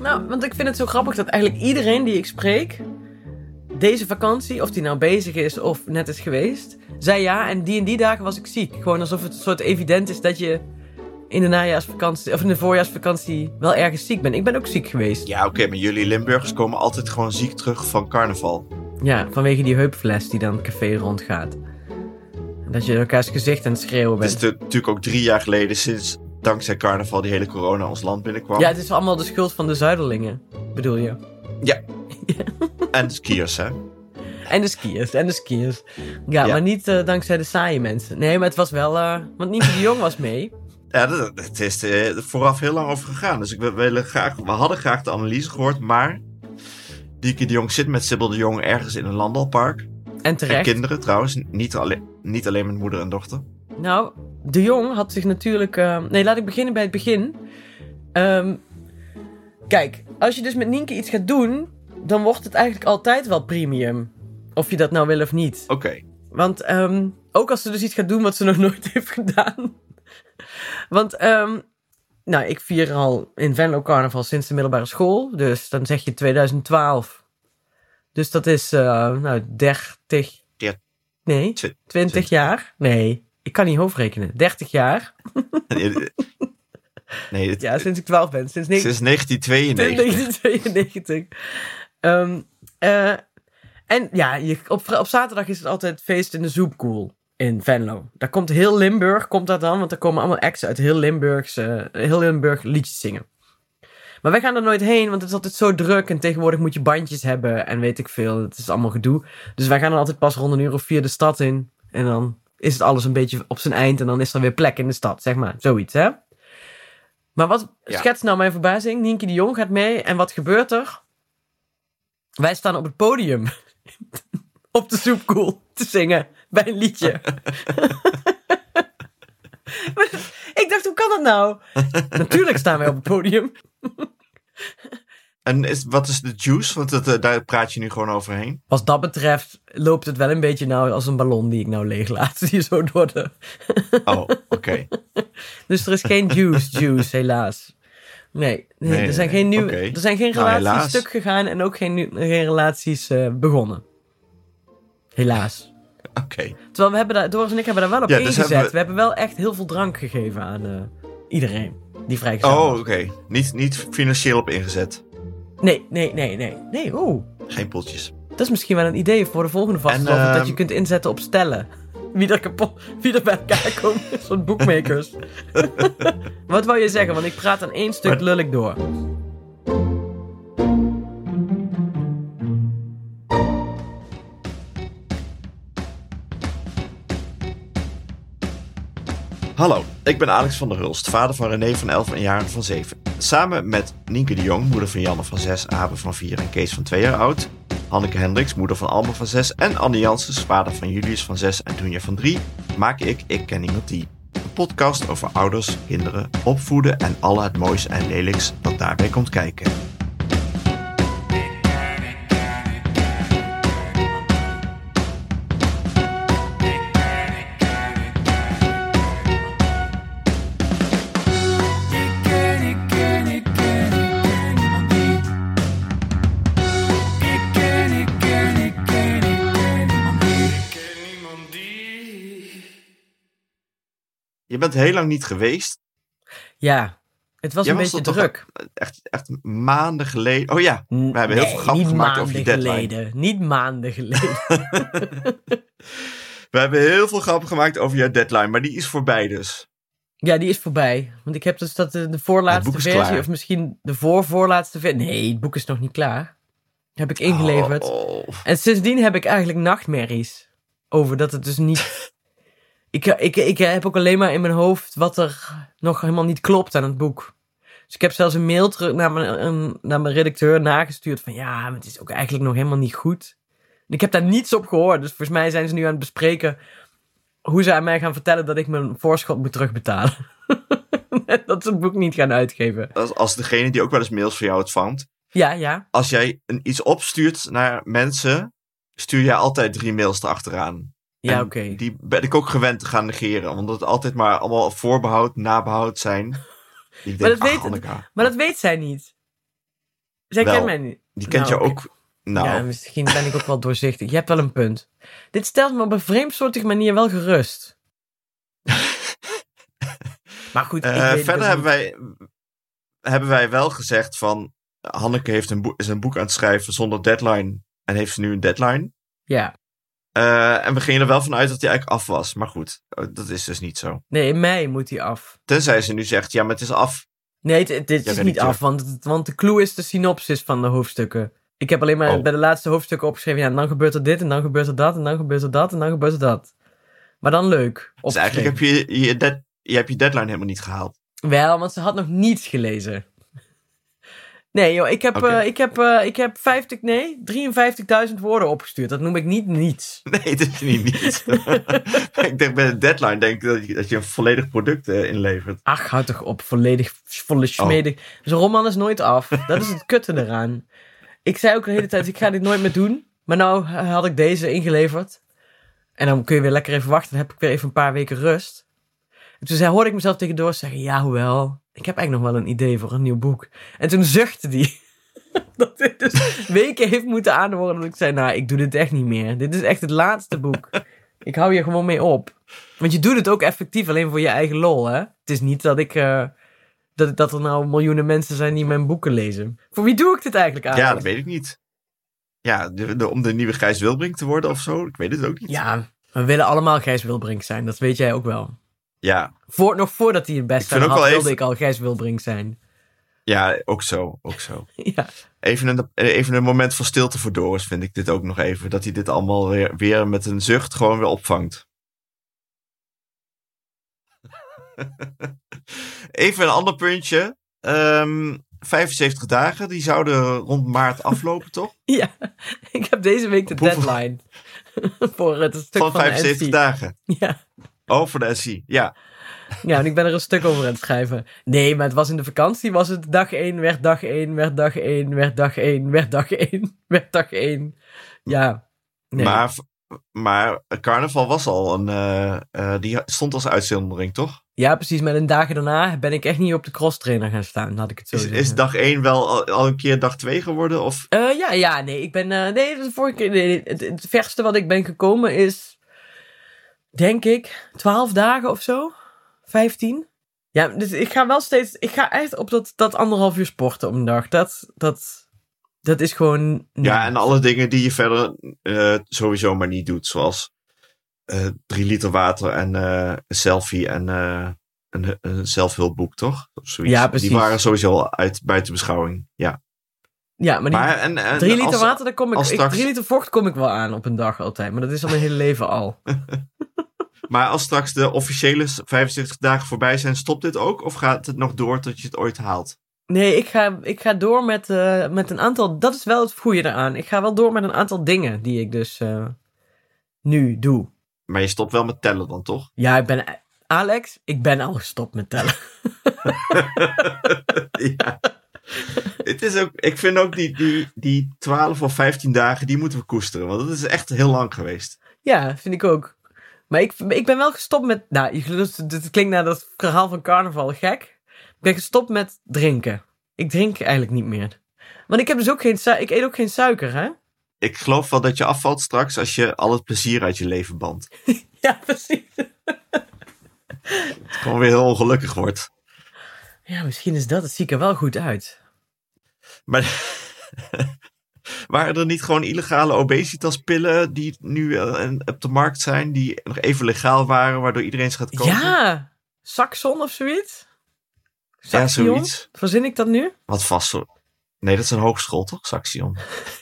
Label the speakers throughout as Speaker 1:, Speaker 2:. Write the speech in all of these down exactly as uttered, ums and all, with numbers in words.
Speaker 1: Nou, want ik vind het zo grappig dat eigenlijk iedereen die ik spreek... deze vakantie, of die nou bezig is of net is geweest... zei ja, en die en die dagen was ik ziek. Gewoon alsof het een soort evident is dat je... in de najaarsvakantie, of in de voorjaarsvakantie... wel ergens ziek bent. Ik ben ook ziek geweest.
Speaker 2: Ja, oké, okay, maar jullie Limburgers komen altijd gewoon ziek terug van carnaval.
Speaker 1: Ja, vanwege die heupfles die dan het café rondgaat. Dat je elkaars gezicht aan het schreeuwen bent.
Speaker 2: Het is de, natuurlijk ook drie jaar geleden sinds... dankzij carnaval die hele corona ons land binnenkwam.
Speaker 1: Ja, het is allemaal de schuld van de zuiderlingen, bedoel je?
Speaker 2: Ja. ja. En de skiers, hè?
Speaker 1: En de skiers, en de skiers. Ja, ja. maar niet uh, dankzij de saaie mensen. Nee, maar het was wel... Uh, want Nienke de Jong was mee.
Speaker 2: Ja, het is er vooraf heel lang over gegaan. Dus ik wil graag, we hadden graag de analyse gehoord, maar... Nienke de Jong zit met Sibyl de Jong ergens in een landalpark.
Speaker 1: En terecht.
Speaker 2: En kinderen trouwens, niet alleen, niet alleen met moeder en dochter.
Speaker 1: Nou, de Jong had zich natuurlijk... Uh, nee, laat ik beginnen bij het begin. Um, kijk, als je dus met Nienke iets gaat doen... dan wordt het eigenlijk altijd wel premium. Of je dat nou wil of niet.
Speaker 2: Oké. Okay.
Speaker 1: Want um, ook als ze dus iets gaat doen wat ze nog nooit heeft gedaan. Want, um, nou, ik vier al in Venlo carnaval sinds de middelbare school. Dus dan zeg je twintig twaalf. Dus dat is, uh, nou, dertig...
Speaker 2: Ja.
Speaker 1: Nee, Tw- twintig jaar. Nee, ik kan niet hoofdrekenen. dertig jaar.
Speaker 2: Nee, het,
Speaker 1: ja, sinds ik twaalf ben. Sinds, ne-
Speaker 2: sinds negentien tweeënnegentig.
Speaker 1: negentien tweeënnegentig. Um, uh, en ja, je, op, op zaterdag is het altijd feest in de Zoepkoel in Venlo. Daar komt heel Limburg, komt dat dan, want er komen allemaal acts uit heel, Limburgs, uh, heel Limburg liedjes zingen. Maar wij gaan er nooit heen, want het is altijd zo druk en tegenwoordig moet je bandjes hebben en weet ik veel. Het is allemaal gedoe. Dus wij gaan dan altijd pas rond een uur of vier de stad in en dan is het alles een beetje op zijn eind en dan is er weer plek in de stad, zeg maar. Zoiets, hè? Maar wat ja. schetst nou mijn verbazing? Nienke de Jong gaat mee en wat gebeurt er? Wij staan op het podium op de Zoepkoel te zingen bij een liedje. Ik dacht, hoe kan dat nou? Natuurlijk staan wij op het podium.
Speaker 2: En is, wat is de juice? Want het, uh, daar praat je nu gewoon overheen.
Speaker 1: Wat dat betreft loopt het wel een beetje nou als een ballon die ik nou leeglaat. Die zo door de...
Speaker 2: Oh, oké. Okay.
Speaker 1: Dus er is geen juice, juice, helaas. Nee, nee, nee er zijn geen, nieuw, okay. er zijn geen relaties nou, stuk gegaan en ook geen, geen relaties uh, begonnen. Helaas.
Speaker 2: Oké. Okay.
Speaker 1: Terwijl we hebben daar, Doris en ik hebben daar wel op
Speaker 2: ja,
Speaker 1: ingezet.
Speaker 2: Dus hebben
Speaker 1: we... we hebben wel echt heel veel drank gegeven aan uh, iedereen die vrijgesteld
Speaker 2: was.
Speaker 1: Oh,
Speaker 2: oké. Okay. Niet, niet financieel op ingezet.
Speaker 1: Nee, nee, nee, nee. Nee, oeh.
Speaker 2: Geen potjes.
Speaker 1: Dat is misschien wel een idee voor de volgende vastelovend. Uh, dat je kunt inzetten op stellen. Wie er, kapot, wie er bij elkaar komt. Zo'n bookmakers. Wat wou je zeggen? Want ik praat aan één stuk maar... lullig door.
Speaker 2: Hallo, ik ben Alex van der Hulst, vader van René van elf en Jaren van zeven. Samen met Nienke de Jong, moeder van Janne van zes, Abe van vier en Kees van twee jaar oud... Hanneke Hendricks, moeder van Alma van zes... en Anne Janssens, vader van Julius van zes en Doenja van drie... maak ik Ik Ken Iemand Die. Een podcast over ouders, kinderen, opvoeden en alle het moois en lelijks dat daarbij komt kijken. Je bent heel lang niet geweest.
Speaker 1: Ja, het was Jij een was beetje druk.
Speaker 2: Echt, echt maanden geleden. Oh ja, we N- hebben nee, heel veel grappen gemaakt over je deadline.
Speaker 1: Geleden. Niet maanden geleden.
Speaker 2: We hebben heel veel grappen gemaakt over jouw deadline, maar die is voorbij dus.
Speaker 1: Ja, die is voorbij. Want ik heb dus dat de, de voorlaatste versie, klaar. Of misschien de voorvoorlaatste versie. Nee, het boek is nog niet klaar. Heb ik ingeleverd. Oh, oh. En sindsdien heb ik eigenlijk nachtmerries. Over dat het dus niet... Ik, ik, ik heb ook alleen maar in mijn hoofd wat er nog helemaal niet klopt aan het boek. Dus ik heb zelfs een mail terug naar mijn, naar mijn redacteur nagestuurd van ja, maar het is ook eigenlijk nog helemaal niet goed. En ik heb daar niets op gehoord. Dus volgens mij zijn ze nu aan het bespreken hoe ze aan mij gaan vertellen dat ik mijn voorschot moet terugbetalen. Dat ze het boek niet gaan uitgeven.
Speaker 2: Als, als degene die ook wel eens mails van jou ontvangt.
Speaker 1: Ja, ja.
Speaker 2: Als jij een, iets opstuurt naar mensen, stuur jij altijd drie mails erachteraan.
Speaker 1: Ja, oké.
Speaker 2: Okay. Die ben ik ook gewend te gaan negeren. Omdat het altijd maar allemaal voorbehoud, nabehoud zijn. Ik
Speaker 1: maar,
Speaker 2: denk,
Speaker 1: dat
Speaker 2: ach,
Speaker 1: weet, maar dat weet zij niet. Zij
Speaker 2: Wel,
Speaker 1: kent mij niet.
Speaker 2: Die kent
Speaker 1: Nou,
Speaker 2: jou
Speaker 1: oké.
Speaker 2: ook... Nou,
Speaker 1: Ja, misschien ben ik ook wel doorzichtig. Je hebt wel een punt. Dit stelt me op een vreemdsoortige manier wel gerust. Maar goed, ik
Speaker 2: uh,
Speaker 1: weet
Speaker 2: verder
Speaker 1: het
Speaker 2: hebben wij, hebben wij wel gezegd van... Hanneke heeft een, boek, is een boek aan het schrijven zonder deadline. En heeft ze nu een deadline.
Speaker 1: Ja.
Speaker 2: Uh, en we gingen er wel vanuit dat hij eigenlijk af was. Maar goed, dat is dus niet zo.
Speaker 1: Nee, in mei moet hij af.
Speaker 2: Tenzij ze nu zegt, ja, maar het is af.
Speaker 1: Nee, dit is
Speaker 2: ja,
Speaker 1: niet af, want, want de clue is de synopsis van de hoofdstukken. Ik heb alleen maar oh. bij de laatste hoofdstukken opgeschreven... ja, dan gebeurt er dit, en dan gebeurt er dat, en dan gebeurt er dat, en dan gebeurt er dat. Maar dan leuk.
Speaker 2: Dus eigenlijk heb je je, dead, je hebt je deadline helemaal niet gehaald.
Speaker 1: Wel, want ze had nog niets gelezen. Nee, joh, ik heb, okay. uh, ik heb, uh, ik heb vijftig, nee, drieënvijftigduizend woorden opgestuurd. Dat noem ik niet niets.
Speaker 2: Nee, dat is niet niets. Ik denk bij een deadline denk dat je, dat je een volledig product uh, inlevert.
Speaker 1: Ach, houd toch op, volledig, volledig smedig. Oh. Dus een roman is nooit af. Dat is het kutte eraan. Ik zei ook de hele tijd, ik ga dit nooit meer doen. Maar nou had ik deze ingeleverd. En dan kun je weer lekker even wachten. Dan heb ik weer even een paar weken rust. En toen zei, hoorde ik mezelf tegendoor zeggen, ja, hoewel... ik heb eigenlijk nog wel een idee voor een nieuw boek. En toen zuchtte die. Dat dit dus weken heeft moeten aanhoren. Dat ik zei, nou, ik doe dit echt niet meer. Dit is echt het laatste boek. Ik hou hier gewoon mee op. Want je doet het ook effectief alleen voor je eigen lol, hè. Het is niet dat ik... Uh, dat, dat er nou miljoenen mensen zijn die mijn boeken lezen. Voor wie doe ik dit eigenlijk eigenlijk?
Speaker 2: Ja, dat weet ik niet. Ja, de, de, om de nieuwe Gijs Wilbrink te worden of zo. Ik weet het ook niet.
Speaker 1: Ja, we willen allemaal Gijs Wilbrink zijn. Dat weet jij ook wel.
Speaker 2: Ja.
Speaker 1: Voor, nog voordat hij het best had, wilde
Speaker 2: even...
Speaker 1: ik al Gijs Wilbrink zijn.
Speaker 2: Ja, ook zo. Ook zo.
Speaker 1: Ja.
Speaker 2: Even, een, even een moment van stilte voor Doris vind ik dit ook nog even. Dat hij dit allemaal weer, weer met een zucht gewoon weer opvangt. Even een ander puntje. Um, vijfenzeventig dagen, die zouden rond maart aflopen, toch?
Speaker 1: Ja, ik heb deze week de deadline. voor het stuk van,
Speaker 2: van vijfenzeventig
Speaker 1: de
Speaker 2: dagen?
Speaker 1: Ja.
Speaker 2: Oh, voor de S I, ja.
Speaker 1: Ja, en ik ben er een stuk over aan het schrijven. Nee, maar het was in de vakantie, was het dag één, werd dag één, werd dag één, werd dag één, werd dag één, werd dag één. Ja, nee.
Speaker 2: Maar, maar carnaval was al een... Uh, uh, die stond als uitzondering, toch?
Speaker 1: Ja, precies. Maar in de dagen daarna ben ik echt niet op de crosstrainer gaan staan, laat ik het zo
Speaker 2: is,
Speaker 1: zeggen.
Speaker 2: Is dag één wel al, al een keer dag twee geworden? Of?
Speaker 1: Uh, ja, ja, nee. Ik ben... Uh, nee, de vorige keer... Nee, het, het verste wat ik ben gekomen is... denk ik, twaalf dagen of zo. vijftien. Ja, dus ik ga wel steeds... Ik ga echt op dat, dat anderhalf uur sporten op een dag. Dat, dat, dat is gewoon... Nee.
Speaker 2: Ja, en alle dingen die je verder uh, sowieso maar niet doet. Zoals uh, drie liter water en uh, een selfie en uh, een, een zelfhulpboek, toch? Zoiets.
Speaker 1: Ja, precies.
Speaker 2: Die waren sowieso al uit buiten beschouwing, ja.
Speaker 1: Ja, maar, die
Speaker 2: maar en, en
Speaker 1: drie liter
Speaker 2: als,
Speaker 1: water, daar kom ik,
Speaker 2: straks...
Speaker 1: ik... Drie liter vocht kom ik wel aan op een dag altijd. Maar dat is al mijn hele leven al.
Speaker 2: Maar als straks de officiële vijfenzeventig dagen voorbij zijn, stopt dit ook? Of gaat het nog door tot je het ooit haalt?
Speaker 1: Nee, ik ga, ik ga door met, uh, met een aantal... Dat is wel het goede eraan. Ik ga wel door met een aantal dingen die ik dus uh, nu doe.
Speaker 2: Maar je stopt wel met tellen dan, toch?
Speaker 1: Ja, ik ben... Alex, ik ben al gestopt met tellen.
Speaker 2: Ja. Het is ook, ik vind ook die, die, die twaalf of vijftien dagen, die moeten we koesteren. Want dat is echt heel lang geweest.
Speaker 1: Ja, vind ik ook. Maar ik, ik ben wel gestopt met... Nou, het klinkt naar dat verhaal van carnaval gek. Ik ben gestopt met drinken. Ik drink eigenlijk niet meer. Want ik heb dus ook geen... Su- ik eet ook geen suiker, hè?
Speaker 2: Ik geloof wel dat je afvalt straks als je al het plezier uit je leven bandt.
Speaker 1: Ja, precies.
Speaker 2: Het gewoon weer heel ongelukkig wordt.
Speaker 1: Ja, misschien is dat. Het ziet er wel goed uit.
Speaker 2: Maar... Waren er niet gewoon illegale obesitaspillen die nu uh, op de markt zijn, die nog even legaal waren, waardoor iedereen ze gaat kopen?
Speaker 1: Ja, Saxon of zoiets?
Speaker 2: Saxion? Ja, zoiets.
Speaker 1: Verzin ik dat nu?
Speaker 2: Wat vast zo. Nee, dat is een hogeschool, toch? Saxion.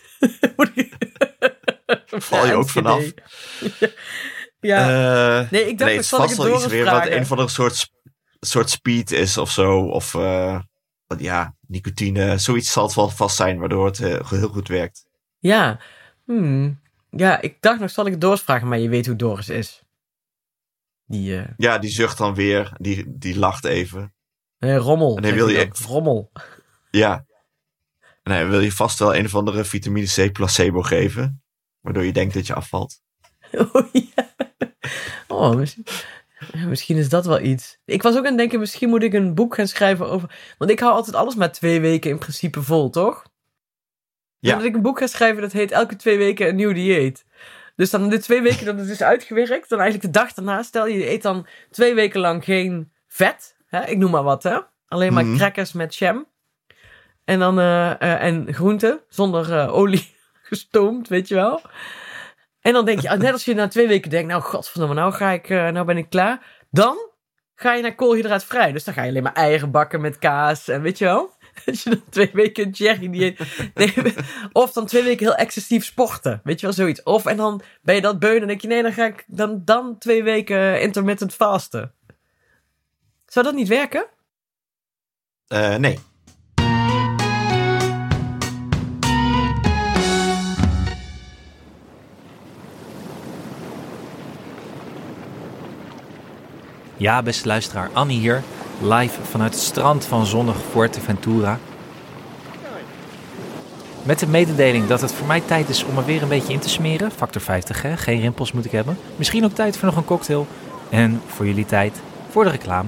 Speaker 2: Val je ook vanaf?
Speaker 1: Ja. ja.
Speaker 2: Uh,
Speaker 1: nee, ik dacht
Speaker 2: nee,
Speaker 1: dat zal ik het
Speaker 2: wel iets weer
Speaker 1: vragen.
Speaker 2: wat een van de soort, soort speed is of zo. Of uh, ja, nicotine. Zoiets zal het wel vast zijn, waardoor het uh, heel goed werkt.
Speaker 1: Ja. Hmm. Ja, ik dacht nog, zal ik het Doris vragen, maar je weet hoe Doris is. Die, uh...
Speaker 2: Ja, die zucht dan weer. Die, die lacht even.
Speaker 1: Nee, rommel.
Speaker 2: En dan wil je...
Speaker 1: Rommel.
Speaker 2: Ja. En dan wil je vast wel een of andere vitamine C placebo geven. Waardoor je denkt dat je afvalt.
Speaker 1: Oh ja. Oh, misschien... Misschien is dat wel iets. Ik was ook aan het denken, misschien moet ik een boek gaan schrijven over... Want ik hou altijd alles maar twee weken in principe vol, toch? Ja. Dat ik een boek ga schrijven dat heet Elke twee weken een nieuw dieet. Dus dan de twee weken dat het is uitgewerkt, dan eigenlijk de dag daarna, stel je eet dan twee weken lang geen vet. Hè? Ik noem maar wat, hè. Alleen maar mm. crackers met jam. En dan uh, uh, en groenten, zonder uh, olie gestoomd, weet je wel. En dan denk je, net als je na twee weken denkt, nou godverdomme, nou ga ik, uh, nou ben ik klaar. Dan ga je naar koolhydraatvrij. Dus dan ga je alleen maar eieren bakken met kaas en weet je wel. Als je dan twee weken een cherry dieet. Nee, of dan twee weken heel excessief sporten. Weet je wel, zoiets. Of en dan ben je dat beu en denk je, nee, dan ga ik dan, dan twee weken intermittent fasten. Zou dat niet werken?
Speaker 2: Uh, nee.
Speaker 3: Ja, beste luisteraar, Annie hier, live vanuit het strand van zonnig Fuerteventura. Met de mededeling dat het voor mij tijd is om er weer een beetje in te smeren. Factor vijftig, hè? Geen rimpels moet ik hebben. Misschien ook tijd voor nog een cocktail. En voor jullie tijd voor de reclame.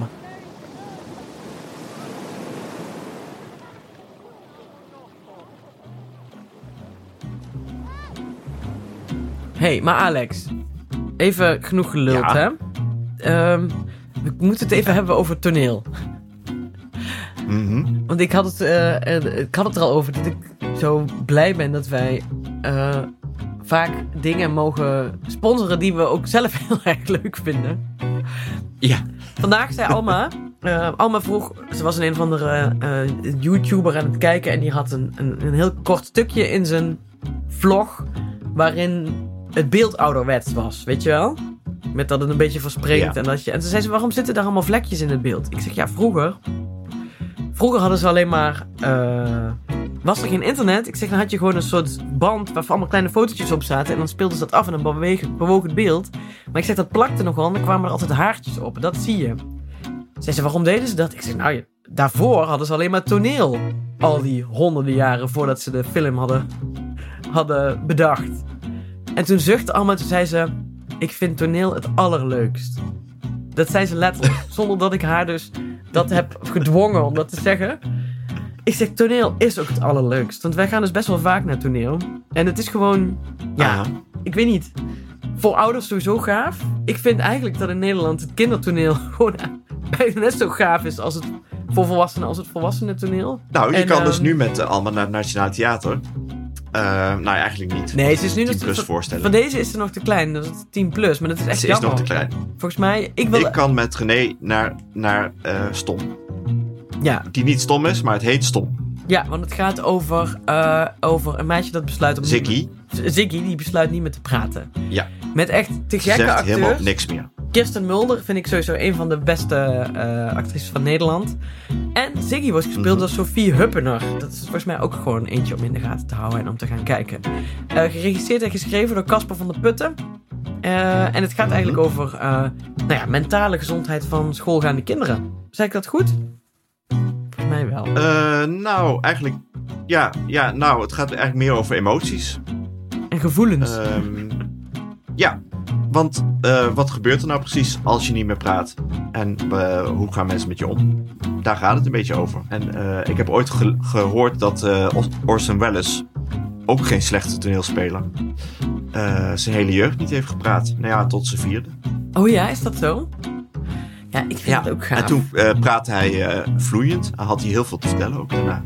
Speaker 1: Hey, maar Alex, even genoeg geluld, ja. hè? Um, we moeten het even hebben over toneel.
Speaker 2: Mm-hmm.
Speaker 1: Want ik had, het, uh, ik had het er al over dat ik zo blij ben dat wij uh, vaak dingen mogen sponsoren die we ook zelf heel erg leuk vinden.
Speaker 2: Ja.
Speaker 1: Vandaag zei Alma, uh, Alma vroeg, ze was een een of andere uh, YouTuber aan het kijken en die had een, een, een heel kort stukje in zijn vlog waarin het beeld ouderwets was, weet je wel? Met dat het een beetje verspringt. Ja. En, dat je, en toen zei ze, waarom zitten daar allemaal vlekjes in het beeld? Ik zeg, ja, vroeger... Vroeger hadden ze alleen maar... Uh, was er geen internet? Ik zeg, dan had je gewoon een soort band waar allemaal kleine fotootjes op zaten. En dan speelden ze dat af en dan beweeg, bewoog het beeld. Maar ik zeg, dat plakte nogal en dan kwamen er altijd haartjes op. Dat zie je. Zei ze, waarom deden ze dat? Ik zeg, nou, ja, daarvoor hadden ze alleen maar toneel. Al die honderden jaren voordat ze de film hadden, hadden bedacht. En toen zuchtte allemaal, toen zei ze... Ik vind toneel het allerleukst. Dat zei ze letterlijk. Zonder dat ik haar dus dat heb gedwongen om dat te zeggen. Ik zeg, toneel is ook het allerleukst. Want wij gaan dus best wel vaak naar toneel. En het is gewoon... Ja, ah. ik weet niet. Voor ouders sowieso gaaf. Ik vind eigenlijk dat in Nederland het kindertoneel gewoon bijna net zo gaaf is als het voor volwassenen als het volwassenen toneel.
Speaker 2: Nou, je
Speaker 1: en,
Speaker 2: kan
Speaker 1: um,
Speaker 2: dus nu met uh, allemaal naar het Nationaal Theater... Uh, nou, eigenlijk niet.
Speaker 1: Nee, ze is nu
Speaker 2: tien
Speaker 1: nog
Speaker 2: plus
Speaker 1: te,
Speaker 2: voorstellen.
Speaker 1: Van deze is ze nog te klein. Dat is tien plus, maar dat is echt
Speaker 2: ze
Speaker 1: jammer.
Speaker 2: Ze is nog te klein.
Speaker 1: Volgens mij... Ik, wil...
Speaker 2: ik kan met René naar, naar uh, Stom.
Speaker 1: Ja.
Speaker 2: Die niet stom is, maar het heet Stom.
Speaker 1: Ja, want het gaat over, uh, over een meisje dat besluit om...
Speaker 2: Ziggy.
Speaker 1: Ziggy, die besluit niet meer te praten.
Speaker 2: Ja.
Speaker 1: Met echt te gekke acteurs.
Speaker 2: Ze zegt helemaal niks meer.
Speaker 1: Kirsten Mulder vind ik sowieso een van de beste uh, actrices van Nederland. En Ziggy wordt gespeeld mm-hmm. door Sophie Huppener. Dat is volgens mij ook gewoon eentje om in de gaten te houden en om te gaan kijken. Uh, geregisseerd en geschreven door Casper van der Putten. Uh, en het gaat eigenlijk mm-hmm. over uh, nou ja, mentale gezondheid van schoolgaande kinderen. Zeg ik dat goed? Volgens mij wel.
Speaker 2: Uh, nou, eigenlijk... Ja, ja, nou, het gaat eigenlijk meer over emoties.
Speaker 1: En gevoelens.
Speaker 2: Um, ja. Want uh, wat gebeurt er nou precies als je niet meer praat? En uh, hoe gaan mensen met je om? Daar gaat het een beetje over. En uh, ik heb ooit ge- gehoord dat uh, Orson Welles, ook geen slechte toneelspeler, uh, zijn hele jeugd niet heeft gepraat. Nou ja, tot zijn vierde.
Speaker 1: Oh ja, is dat zo? Ja, ik vind
Speaker 2: ja.
Speaker 1: het ook gaaf.
Speaker 2: En toen uh, praatte hij uh, vloeiend. En had hij heel veel te vertellen ook daarna.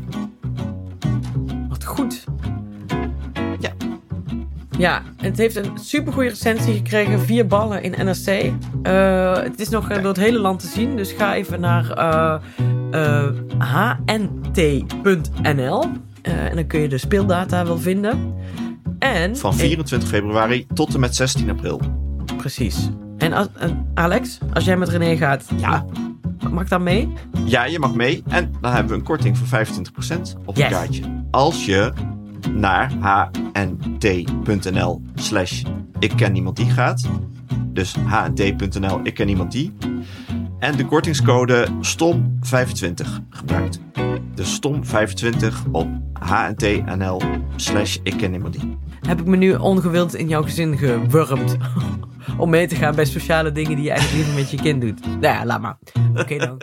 Speaker 1: Wat goed.
Speaker 2: Ja.
Speaker 1: Ja, het heeft een supergoeie recensie gekregen. Vier ballen in N R C. Uh, het is nog uh, door het hele land te zien. Dus ga even naar uh, uh, h n t punt n l. Uh, en dan kun je de speeldata wel vinden. En,
Speaker 2: Van vierentwintig februari tot en met zestien april.
Speaker 1: Precies. En als, uh, Alex, als jij met René gaat...
Speaker 2: Ja.
Speaker 1: Mag ik dan mee?
Speaker 2: Ja, je mag mee. En dan hebben we een korting van vijfentwintig procent op
Speaker 1: yes.
Speaker 2: het kaartje. Als je naar hnt.nl slash ik ken niemand die gaat. Dus hnt.nl ik ken niemand die. En de kortingscode S T O M vijfentwintig gebruikt. Dus S T O M vijfentwintig op hnt.nl slash ik ken niemand die.
Speaker 1: Heb ik me nu ongewild in jouw gezin gewurmd om mee te gaan bij sociale dingen die je eigenlijk liever met je kind doet? Nou ja, laat maar. Oké okay, dan.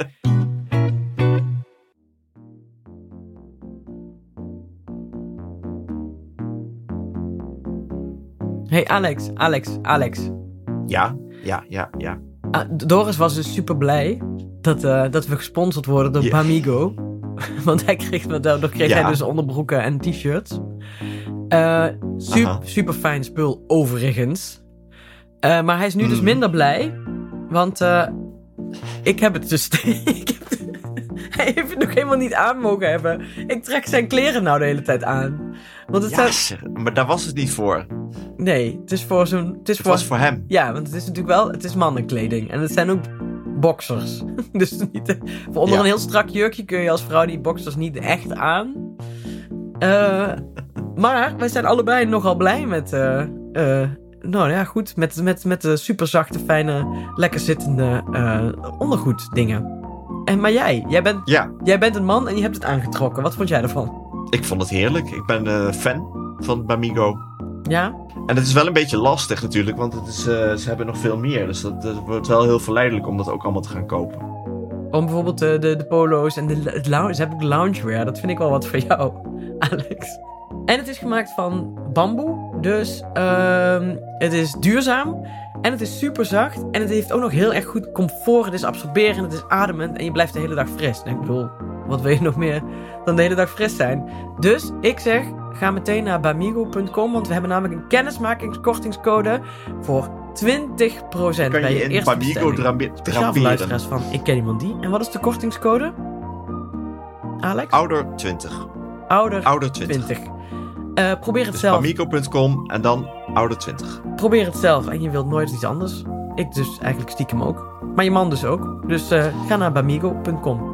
Speaker 1: Hey Alex, Alex, Alex.
Speaker 2: Ja, ja, ja, ja.
Speaker 1: Ah, Doris was dus super blij dat, uh, dat we gesponsord worden door
Speaker 2: Ja.
Speaker 1: Bamigo. Want hij kreeg, daardoor kreeg
Speaker 2: Ja.
Speaker 1: hij dus onderbroeken en t-shirts. Uh, super,
Speaker 2: Aha.
Speaker 1: super fijn spul, overigens. Uh, maar hij is nu dus
Speaker 2: Mm.
Speaker 1: minder blij. Want uh, ik heb het dus... ik heb, hij heeft het nog helemaal niet aan mogen hebben. Ik trek zijn kleren nou de hele tijd aan. Want het
Speaker 2: Ja,
Speaker 1: zijn...
Speaker 2: zeg, maar daar was het niet voor.
Speaker 1: Nee, het is voor zo'n... Het is
Speaker 2: Het was voor hem.
Speaker 1: Ja, want het is natuurlijk wel... Het is mannenkleding. En het zijn ook boxers. Dus niet, voor onder
Speaker 2: Ja.
Speaker 1: een heel strak jurkje kun je als vrouw die boxers niet echt aan. Uh, maar wij zijn allebei nogal blij met... Uh, uh, nou ja, goed. Met, met, met de superzachte, fijne, lekker zittende uh, ondergoed dingen. En, maar jij, jij bent,
Speaker 2: Ja,
Speaker 1: jij bent een man en je hebt het aangetrokken. Wat vond jij ervan?
Speaker 2: ik vond het heerlijk. Ik ben uh, fan van Bamigo.
Speaker 1: Ja?
Speaker 2: En het is wel een beetje lastig natuurlijk, want het is, uh, ze hebben nog veel meer. Dus dat, dat wordt wel heel verleidelijk om dat ook allemaal te gaan kopen.
Speaker 1: Om bijvoorbeeld de, de, de polo's en de, het lounge, ze hebben ook loungewear. Dat vind ik wel wat voor jou, Alex. En het is gemaakt van bamboe. Dus uh, het is duurzaam. En het is super zacht. En het heeft ook nog heel erg goed comfort. Het is absorberend, het is ademend. En je blijft de hele dag fris. En ik bedoel, wat wil je nog meer dan de hele dag fris zijn? Dus ik zeg, ga meteen naar bamigo punt com. Want we hebben namelijk een kennismakingskortingscode voor twintig procent
Speaker 2: Kan
Speaker 1: bij
Speaker 2: je
Speaker 1: je
Speaker 2: in
Speaker 1: eerste
Speaker 2: Bamigo
Speaker 1: bestelling.
Speaker 2: drambe-
Speaker 1: Speciaal voor
Speaker 2: draperen.
Speaker 1: luisteraars van Ik Ken Iemand Die. En wat is de kortingscode? Alex?
Speaker 2: Ouder twintig.
Speaker 1: Ouder,
Speaker 2: Ouder twintig.
Speaker 1: twintig. Uh, probeer het
Speaker 2: Dus
Speaker 1: zelf.
Speaker 2: bamigo punt com en dan ouder twintig.
Speaker 1: Probeer het zelf en je wilt nooit iets anders. Ik dus eigenlijk stiekem ook. Maar je man dus ook. Dus uh, ga naar bamigo punt com.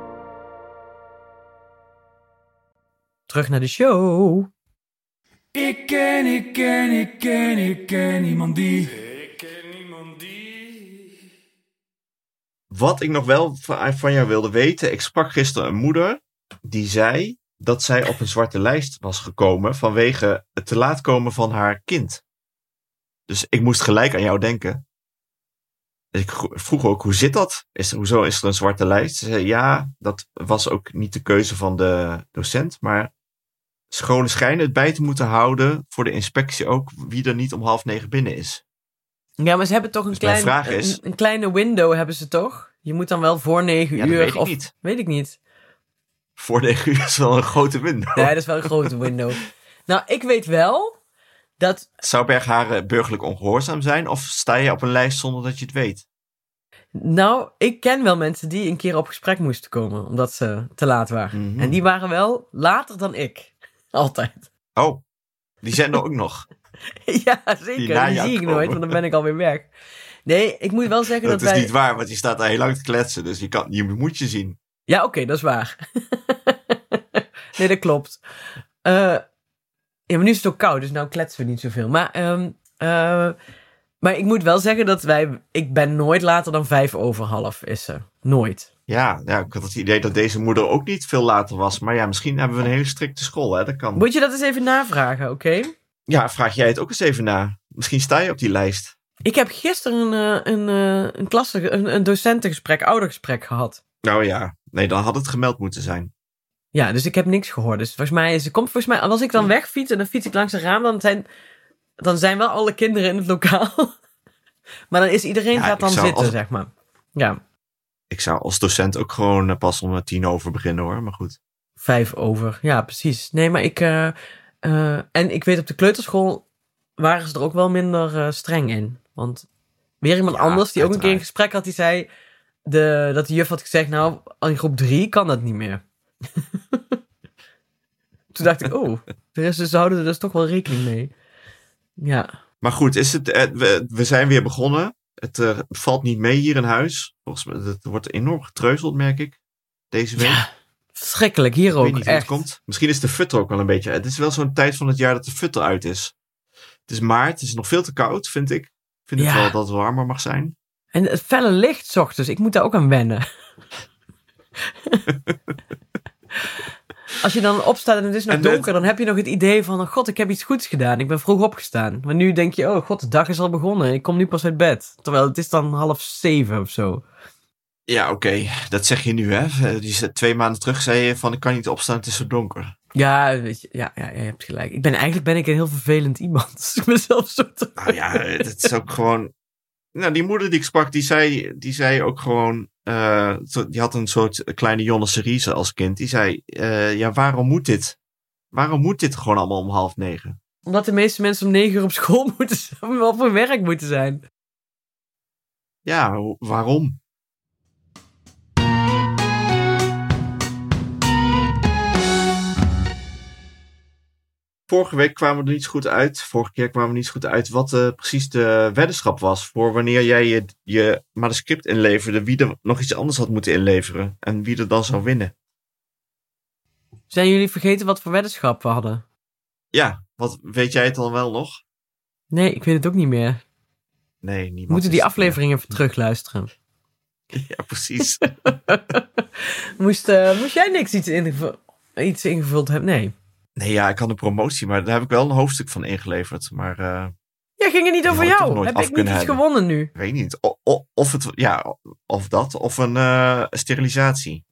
Speaker 1: Terug naar de show.
Speaker 4: Ik ken, ik ken, ik ken, ik ken iemand die.
Speaker 2: Wat ik nog wel van van jou wilde weten. Ik sprak gisteren een moeder die zei dat zij op een zwarte lijst was gekomen vanwege het te laat komen van haar kind. Dus ik moest gelijk aan jou denken. Dus ik gro- vroeg ook, hoe zit dat? Is er, hoezo is er een zwarte lijst? Ze zei, ja, dat was ook niet de keuze van de docent, maar scholen schijnen het bij te moeten houden voor de inspectie ook wie er niet om half negen binnen is.
Speaker 1: Ja, maar ze hebben toch een,
Speaker 2: Dus mijn
Speaker 1: klein,
Speaker 2: vraag is-
Speaker 1: een, een kleine window hebben ze toch? Je moet dan wel voor negen
Speaker 2: Ja,
Speaker 1: uur.
Speaker 2: dat weet ik
Speaker 1: of,
Speaker 2: niet.
Speaker 1: Weet ik niet.
Speaker 2: Voor negen uur is wel een grote window.
Speaker 1: Nee, dat is wel een grote window. Nou, ik weet wel dat...
Speaker 2: Zou Bergharen burgerlijk ongehoorzaam zijn of sta je op een lijst zonder dat je het weet?
Speaker 1: Nou, ik ken wel mensen die een keer op gesprek moesten komen. Omdat ze te laat waren.
Speaker 2: Mhm.
Speaker 1: En die waren wel later dan ik. Altijd.
Speaker 2: Oh, die zijn er ook nog.
Speaker 1: Ja,
Speaker 2: Die
Speaker 1: zeker.
Speaker 2: na
Speaker 1: Die,
Speaker 2: jou
Speaker 1: zie ik
Speaker 2: komen.
Speaker 1: nooit, want dan ben ik alweer weg. Nee, ik moet wel zeggen
Speaker 2: Dat
Speaker 1: dat,
Speaker 2: is
Speaker 1: wij...
Speaker 2: niet waar, want je staat daar heel lang te kletsen. Dus je, kan, je moet je zien.
Speaker 1: Ja, oké, okay, dat is waar. Nee, dat klopt. Uh, ja, maar nu is het ook koud, dus nou kletsen we niet zoveel. Maar, um, uh, maar ik moet wel zeggen dat wij... Ik ben nooit later dan vijf over half, is ze. Nooit.
Speaker 2: Ja, ja, ik had het idee dat deze moeder ook niet veel later was. Maar ja, misschien hebben we een hele strikte school. Hè? Dat kan.
Speaker 1: Moet je dat eens even navragen, oké? Okay?
Speaker 2: Ja, vraag jij het ook eens even na. Misschien sta je op die lijst.
Speaker 1: Ik heb gisteren een, een, een, klasse, een, een docentengesprek, oudergesprek gehad.
Speaker 2: Nou ja, nee, dan had het gemeld moeten zijn.
Speaker 1: Ja, dus ik heb niks gehoord. Dus volgens mij, is, komt volgens mij als ik dan wegfiets en dan fiets ik langs een raam, dan zijn, dan zijn wel alle kinderen in het lokaal. Maar dan is iedereen
Speaker 2: Ja,
Speaker 1: gaat dan
Speaker 2: ik zou
Speaker 1: zitten,
Speaker 2: als-
Speaker 1: zeg maar. Ja,
Speaker 2: Ik zou als docent ook gewoon uh, pas om tien over beginnen hoor, maar goed.
Speaker 1: vijf over. Ja, precies. Nee, maar ik... Uh, uh, en ik weet op de kleuterschool waren ze er ook wel minder uh, streng in. Want weer iemand
Speaker 2: Ja,
Speaker 1: anders die ook een keer een
Speaker 2: uiteraard.
Speaker 1: gesprek had, die zei... De, dat de juf had gezegd, nou, in groep drie kan dat niet meer. Toen dacht ik, oh, er is, ze houden er dus toch wel rekening mee. Ja.
Speaker 2: Maar goed, is het, uh, we, we zijn weer begonnen. Het uh, valt niet mee hier in huis. Volgens mij het wordt enorm getreuzeld, merk ik. Deze week.
Speaker 1: Ja, verschrikkelijk. Hier
Speaker 2: Ik weet
Speaker 1: ook,
Speaker 2: niet hoe het
Speaker 1: echt.
Speaker 2: komt. Misschien is de futter ook wel een beetje... Het is wel zo'n tijd van het jaar dat de futter uit is. Het is maart, het is nog veel te koud, vind ik. Ik vind
Speaker 1: Ja.
Speaker 2: het wel dat het warmer mag zijn.
Speaker 1: En het felle licht 's ochtends, ik moet daar ook aan wennen. Als je dan opstaat en het is nog
Speaker 2: En het-
Speaker 1: donker, dan heb je nog het idee van... Oh god, ik heb iets goeds gedaan. Ik ben vroeg opgestaan. Maar nu denk je, oh god, de dag is al begonnen. Ik kom nu pas uit bed. Terwijl het is dan half zeven of zo.
Speaker 2: Ja, oké. Okay. Dat zeg je nu, hè? Die zei, twee maanden terug zei je van, ik kan niet opstaan, het is zo donker.
Speaker 1: Ja, weet je, ja, ja, je hebt gelijk. Ik ben, eigenlijk ben ik een heel vervelend iemand. Dus ik mezelf zo te...
Speaker 2: Nou ja, het is ook gewoon... Nou, die moeder die ik sprak, die zei, die zei ook gewoon... Uh, die had een soort kleine Jonne Seriese als kind. Die zei, uh, ja, waarom moet dit? Waarom moet dit gewoon allemaal om half negen?
Speaker 1: Omdat de meeste mensen om negen uur op school moeten zijn. Of op hun werk moeten zijn.
Speaker 2: Ja, waarom? Vorige week kwamen we er niet zo goed uit. Vorige keer kwamen we niet zo goed uit wat uh, precies de weddenschap was. Voor wanneer jij je, je manuscript inleverde. Wie er nog iets anders had moeten inleveren. En wie er dan zou winnen.
Speaker 1: Zijn jullie vergeten wat voor weddenschap we hadden?
Speaker 2: Ja, wat, weet jij het dan wel nog?
Speaker 1: Nee, ik weet het ook niet meer.
Speaker 2: Nee, niemand.
Speaker 1: We moeten die aflevering
Speaker 2: meer.
Speaker 1: even terugluisteren.
Speaker 2: Ja, precies.
Speaker 1: moest, uh, moest jij niks iets, ingev- iets ingevuld hebben? Nee.
Speaker 2: Nee, ja, ik had een promotie, maar daar heb ik wel een hoofdstuk van ingeleverd. Maar... Uh,
Speaker 1: ja, ging het niet over jou? Heb ik niet iets hebben. gewonnen nu?
Speaker 2: Ik weet niet. O, o, of, het, ja, of dat, of een uh, sterilisatie.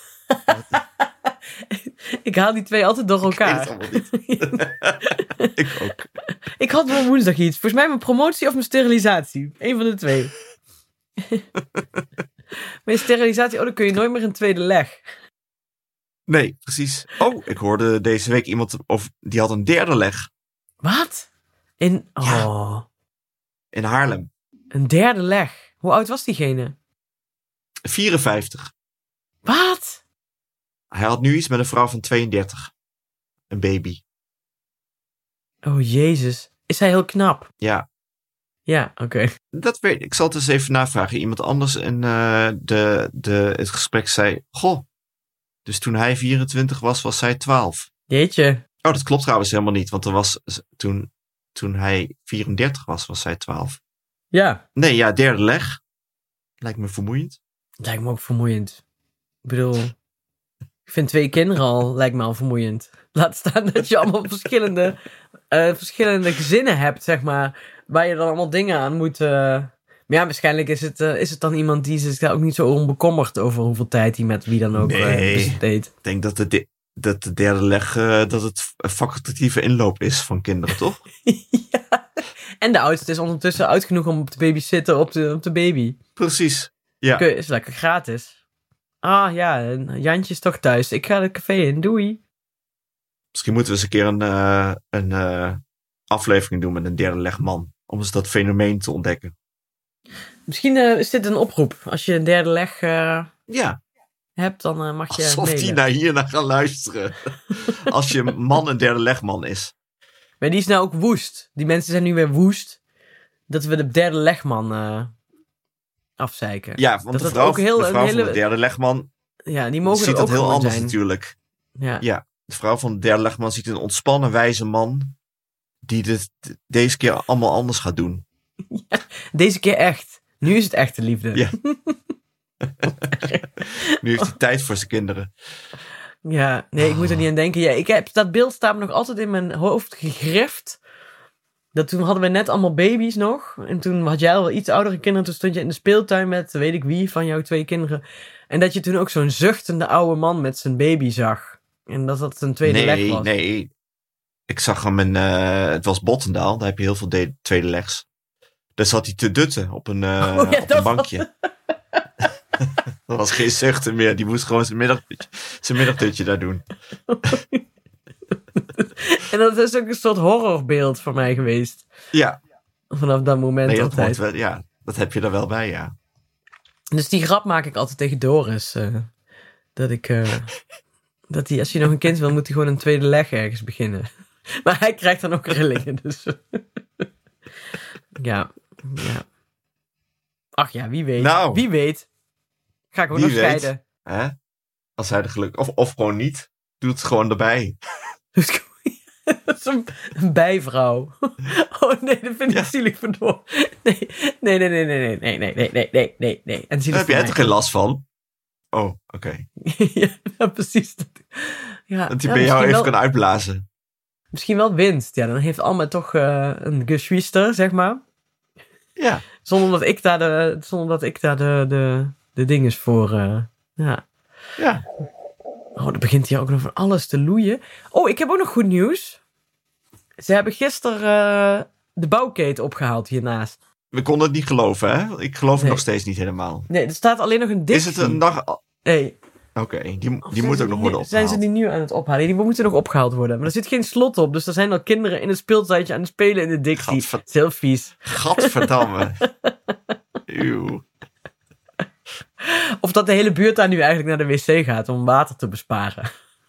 Speaker 1: Ik haal die twee altijd door elkaar.
Speaker 2: Ik weet het allemaal niet. Ik ook.
Speaker 1: Ik had wel woensdag iets. Volgens mij mijn promotie of mijn sterilisatie. Eén van de twee. Mijn sterilisatie, oh, dan kun je nooit meer een tweede leg.
Speaker 2: Nee, precies. Oh, ik hoorde deze week iemand, of die had een derde leg.
Speaker 1: Wat? In, oh.
Speaker 2: Ja, in Haarlem.
Speaker 1: Een derde leg? Hoe oud was diegene?
Speaker 2: vierenvijftig.
Speaker 1: Wat?
Speaker 2: Hij had nu iets met een vrouw van tweeëndertig. Een baby.
Speaker 1: Oh, Jezus. Is hij heel knap?
Speaker 2: Ja.
Speaker 1: Ja, oké. Okay.
Speaker 2: Dat weet ik. Ik zal het eens even navragen. Iemand anders in uh, de, de, het gesprek zei... Goh, dus toen hij vierentwintig was, was zij twaalf.
Speaker 1: Jeetje.
Speaker 2: Oh, dat klopt trouwens helemaal niet. Want er was, toen, toen hij vierendertig was, was zij twaalf.
Speaker 1: Ja.
Speaker 2: Nee, ja, derde leg. Lijkt me vermoeiend.
Speaker 1: Lijkt me ook vermoeiend. Ik bedoel... Ik vind twee kinderen al, lijkt me al vermoeiend. Laat staan dat je allemaal verschillende, uh, verschillende gezinnen hebt, zeg maar. Waar je dan allemaal dingen aan moet... Uh... Maar ja, waarschijnlijk is het, uh, is het dan iemand die zich daar ook niet zo onbekommerd over hoeveel tijd hij met wie dan ook
Speaker 2: nee,
Speaker 1: uh, besteedt.
Speaker 2: Ik denk dat de, de, dat de derde leg, uh, dat het een facultatieve inloop is van kinderen, toch?
Speaker 1: Ja. En de oudste is ondertussen oud genoeg om te babysitten op de, op de baby.
Speaker 2: Precies, ja.
Speaker 1: Kun, is lekker gratis. Ah ja, Jantje is toch thuis. Ik ga het café in. Doei.
Speaker 2: Misschien moeten we eens een keer een, uh, een uh, aflevering doen met een derde leg man. Om eens dat fenomeen te ontdekken.
Speaker 1: Misschien uh, is dit een oproep. Als je een derde leg uh,
Speaker 2: ja.
Speaker 1: hebt, dan uh, mag je
Speaker 2: Alsof
Speaker 1: mailen.
Speaker 2: die naar hier naar gaan luisteren. Als je man een derde legman is.
Speaker 1: Maar die is nou ook woest. Die mensen zijn nu weer woest. Dat we de derde legman... Uh, afzeiken.
Speaker 2: Ja, want
Speaker 1: dat
Speaker 2: de vrouw,
Speaker 1: ook heel,
Speaker 2: de vrouw
Speaker 1: een hele...
Speaker 2: van de derde legman
Speaker 1: ja, die mogen
Speaker 2: ziet
Speaker 1: er
Speaker 2: dat
Speaker 1: ook
Speaker 2: heel anders
Speaker 1: zijn.
Speaker 2: natuurlijk.
Speaker 1: Ja.
Speaker 2: ja, de vrouw van de derde legman ziet een ontspannen, wijze man die dit deze keer allemaal anders gaat doen.
Speaker 1: Ja, deze keer echt. Nu is het echte liefde.
Speaker 2: Ja. Nu heeft hij tijd voor zijn kinderen.
Speaker 1: Ja, nee, ik moet er niet aan denken. Ja, ik heb, dat beeld staat me nog altijd in mijn hoofd gegrift. Dat toen hadden we net allemaal baby's nog. En toen had jij al wel iets oudere kinderen. Toen stond je in de speeltuin met weet ik wie van jouw twee kinderen. En dat je toen ook zo'n zuchtende oude man met zijn baby zag. En dat dat een tweede
Speaker 2: nee,
Speaker 1: leg was.
Speaker 2: Nee, nee. Ik zag hem in... Uh, het was Bottendaal. Daar heb je heel veel de- tweede legs. Daar zat hij te dutten op een, uh, oh, ja, op een bankje. Dat was geen zuchten meer. Die moest gewoon zijn, middagdutje, zijn middagdutje daar doen.
Speaker 1: En dat is ook een soort horrorbeeld voor mij geweest.
Speaker 2: Ja.
Speaker 1: Vanaf dat moment
Speaker 2: nee, dat
Speaker 1: altijd.
Speaker 2: Wel, ja, dat heb je er wel bij, ja.
Speaker 1: Dus die grap maak ik altijd tegen Doris. Uh, dat ik... Uh, dat hij, als je nog een kind wil, moet hij gewoon een tweede leg ergens beginnen. Maar hij krijgt dan ook rillingen, dus... ja, ja. Ach ja, wie weet.
Speaker 2: Nou,
Speaker 1: wie weet. Ga ik ook nog scheiden.
Speaker 2: Hè? Als hij er geluk... Of, of gewoon niet. Doe het gewoon erbij.
Speaker 1: Dat is een, een bijvrouw. Oh nee, dat vind ik ja. zielig verdoor. Nee, nee, nee, nee, nee, nee, nee, nee, nee, nee, nee, nee. En
Speaker 2: daar heb jij toch geen last van? Oh, oké. Okay.
Speaker 1: Ja, precies.
Speaker 2: Ja, dat hij ja, bij jou even wel, kan uitblazen.
Speaker 1: Misschien wel winst. Ja, dan heeft Alma toch uh, een geschwister, zeg maar.
Speaker 2: Ja.
Speaker 1: Zonder dat ik daar de, zonder dat ik daar de, de, de ding is voor... Uh, ja.
Speaker 2: Ja.
Speaker 1: Oh, dan begint hier ook nog van alles te loeien. Oh, ik heb ook nog goed nieuws. Ze hebben gisteren uh, de bouwketen opgehaald hiernaast.
Speaker 2: We konden het niet geloven, hè? Ik geloof het
Speaker 1: nee.
Speaker 2: nog steeds niet helemaal.
Speaker 1: Nee, er staat alleen nog een dictie.
Speaker 2: Is het een dag...
Speaker 1: Nee.
Speaker 2: Oké, okay, die, die moet ook nog worden opgehaald.
Speaker 1: Zijn ze die nu aan het ophalen? Die moeten nog opgehaald worden. Maar er zit geen slot op. Dus er zijn al kinderen in het speeltuintje aan het spelen in de dictie.
Speaker 2: Gadver...
Speaker 1: Het is heel vies.
Speaker 2: Gadverdamme. Eeuw.
Speaker 1: Of dat de hele buurt daar nu eigenlijk naar de wc gaat om water te besparen.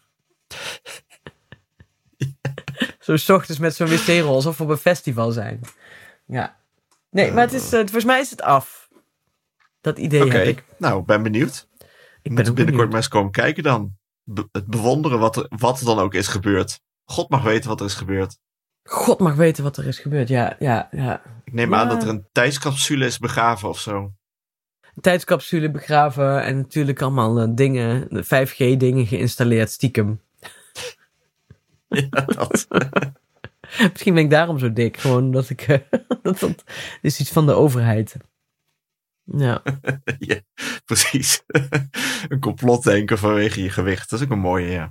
Speaker 1: Zo 's ochtends met zo'n wc-rol, alsof we op een festival zijn. Ja. Nee, maar het is, uh, volgens mij is het af. Dat idee
Speaker 2: okay.
Speaker 1: heb ik.
Speaker 2: Nou, ben benieuwd. Ik moet binnenkort benieuwd. maar eens komen kijken dan. Be- het bewonderen wat er, wat er dan ook is gebeurd. God mag weten wat er is gebeurd.
Speaker 1: God mag weten wat er is gebeurd, ja, ja, ja.
Speaker 2: Ik neem
Speaker 1: ja.
Speaker 2: aan dat er een tijdscapsule is begraven of zo.
Speaker 1: Een tijdscapsule begraven en natuurlijk allemaal uh, dingen, vijf G dingen geïnstalleerd, stiekem.
Speaker 2: Ja, dat.
Speaker 1: Misschien ben ik daarom zo dik. Gewoon dat ik... Uh, dat, dat is iets van de overheid. Ja.
Speaker 2: Ja, precies. Een complotdenken vanwege je gewicht. Dat is ook een mooie, ja.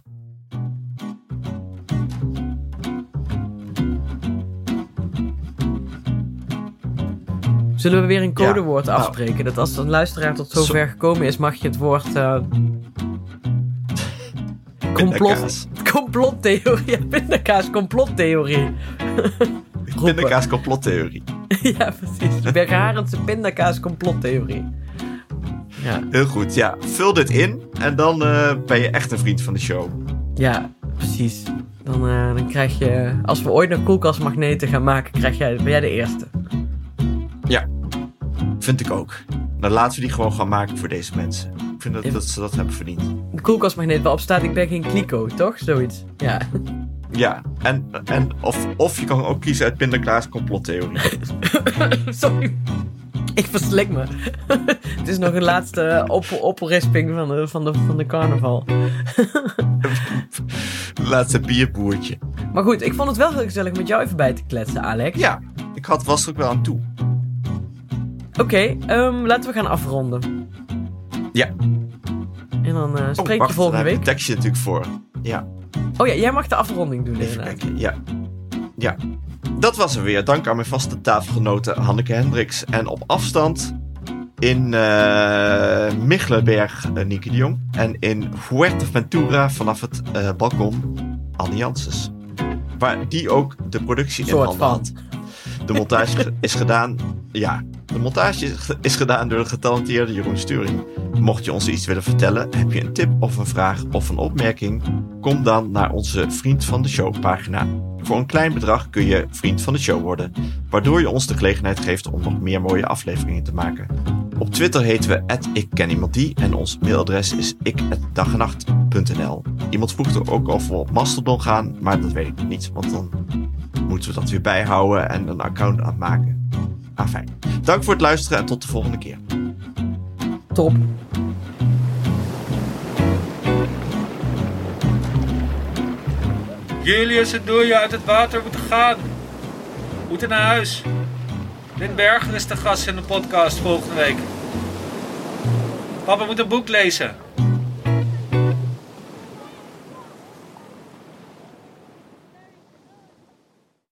Speaker 1: Zullen we weer een codewoord
Speaker 2: ja,
Speaker 1: afspreken?
Speaker 2: nou,
Speaker 1: dat als een luisteraar tot zover so- gekomen is, mag je het woord... Uh, complot, complottheorie. Pindakaas complottheorie.
Speaker 2: Pindakaas complottheorie.
Speaker 1: Ja, precies. De Bergharendse pindakaas complottheorie. Ja.
Speaker 2: Heel goed, ja. Vul dit in en dan uh, ben je echt een vriend van de show.
Speaker 1: Ja, precies. Dan, uh, dan krijg je... Als we ooit een koelkastmagneten gaan maken, krijg jij, ben jij de eerste.
Speaker 2: Ja, vind ik ook. Dan laten we die gewoon gaan maken voor deze mensen. Ik vind dat, ja. dat ze dat hebben verdiend.
Speaker 1: De koelkastmagneet waarop staat ik ben geen kliko, toch? Zoiets. Ja.
Speaker 2: Ja, en, en of, of je kan ook kiezen uit Pindakaas complottheorie.
Speaker 1: Sorry. Ik verslik me. Het is nog een laatste op, oprisping van de, van, de, van de carnaval.
Speaker 2: Laatste bierboertje.
Speaker 1: Maar goed, ik vond het wel heel gezellig met jou even bij te kletsen, Alex.
Speaker 2: Ja, ik had, was er ook wel aan toe.
Speaker 1: Oké, okay, um, laten we gaan afronden.
Speaker 2: Ja.
Speaker 1: En dan uh, spreek
Speaker 2: oh, wacht,
Speaker 1: je volgende
Speaker 2: week.
Speaker 1: week.
Speaker 2: Ik tekst je natuurlijk voor. Ja.
Speaker 1: Oh ja, jij mag de afronding doen.
Speaker 2: Even kijken, ja. Ja. Dat was er weer. Dank aan mijn vaste tafelgenote Hanneke Hendricks. En op afstand in uh, Michelenberg, uh, Nieke de Jong. En in Fuerteventura vanaf het uh, balkon Anne Janssens. Waar die ook de productie in handen had. De montage is gedaan... Ja, de montage is gedaan door de getalenteerde Jeroen Sturing. Mocht je ons iets willen vertellen, heb je een tip of een vraag of een opmerking, kom dan naar onze Vriend van de Show pagina. Voor een klein bedrag kun je Vriend van de Show worden, waardoor je ons de gelegenheid geeft om nog meer mooie afleveringen te maken. Op Twitter heten we at ik ken iemand die en ons mailadres is ik at dag en nacht punt n l. Iemand vroeg er ook of we op Mastodon gaan, maar dat weet ik nog niet, want dan moeten we dat weer bijhouden en een account aanmaken. Ah, fijn. Dank voor het luisteren en tot de volgende keer.
Speaker 1: Top.
Speaker 3: Julius en Doelje uit het water moeten gaan. Moeten naar huis. Lin Berger is de gast in de podcast volgende week. Papa moet een boek lezen.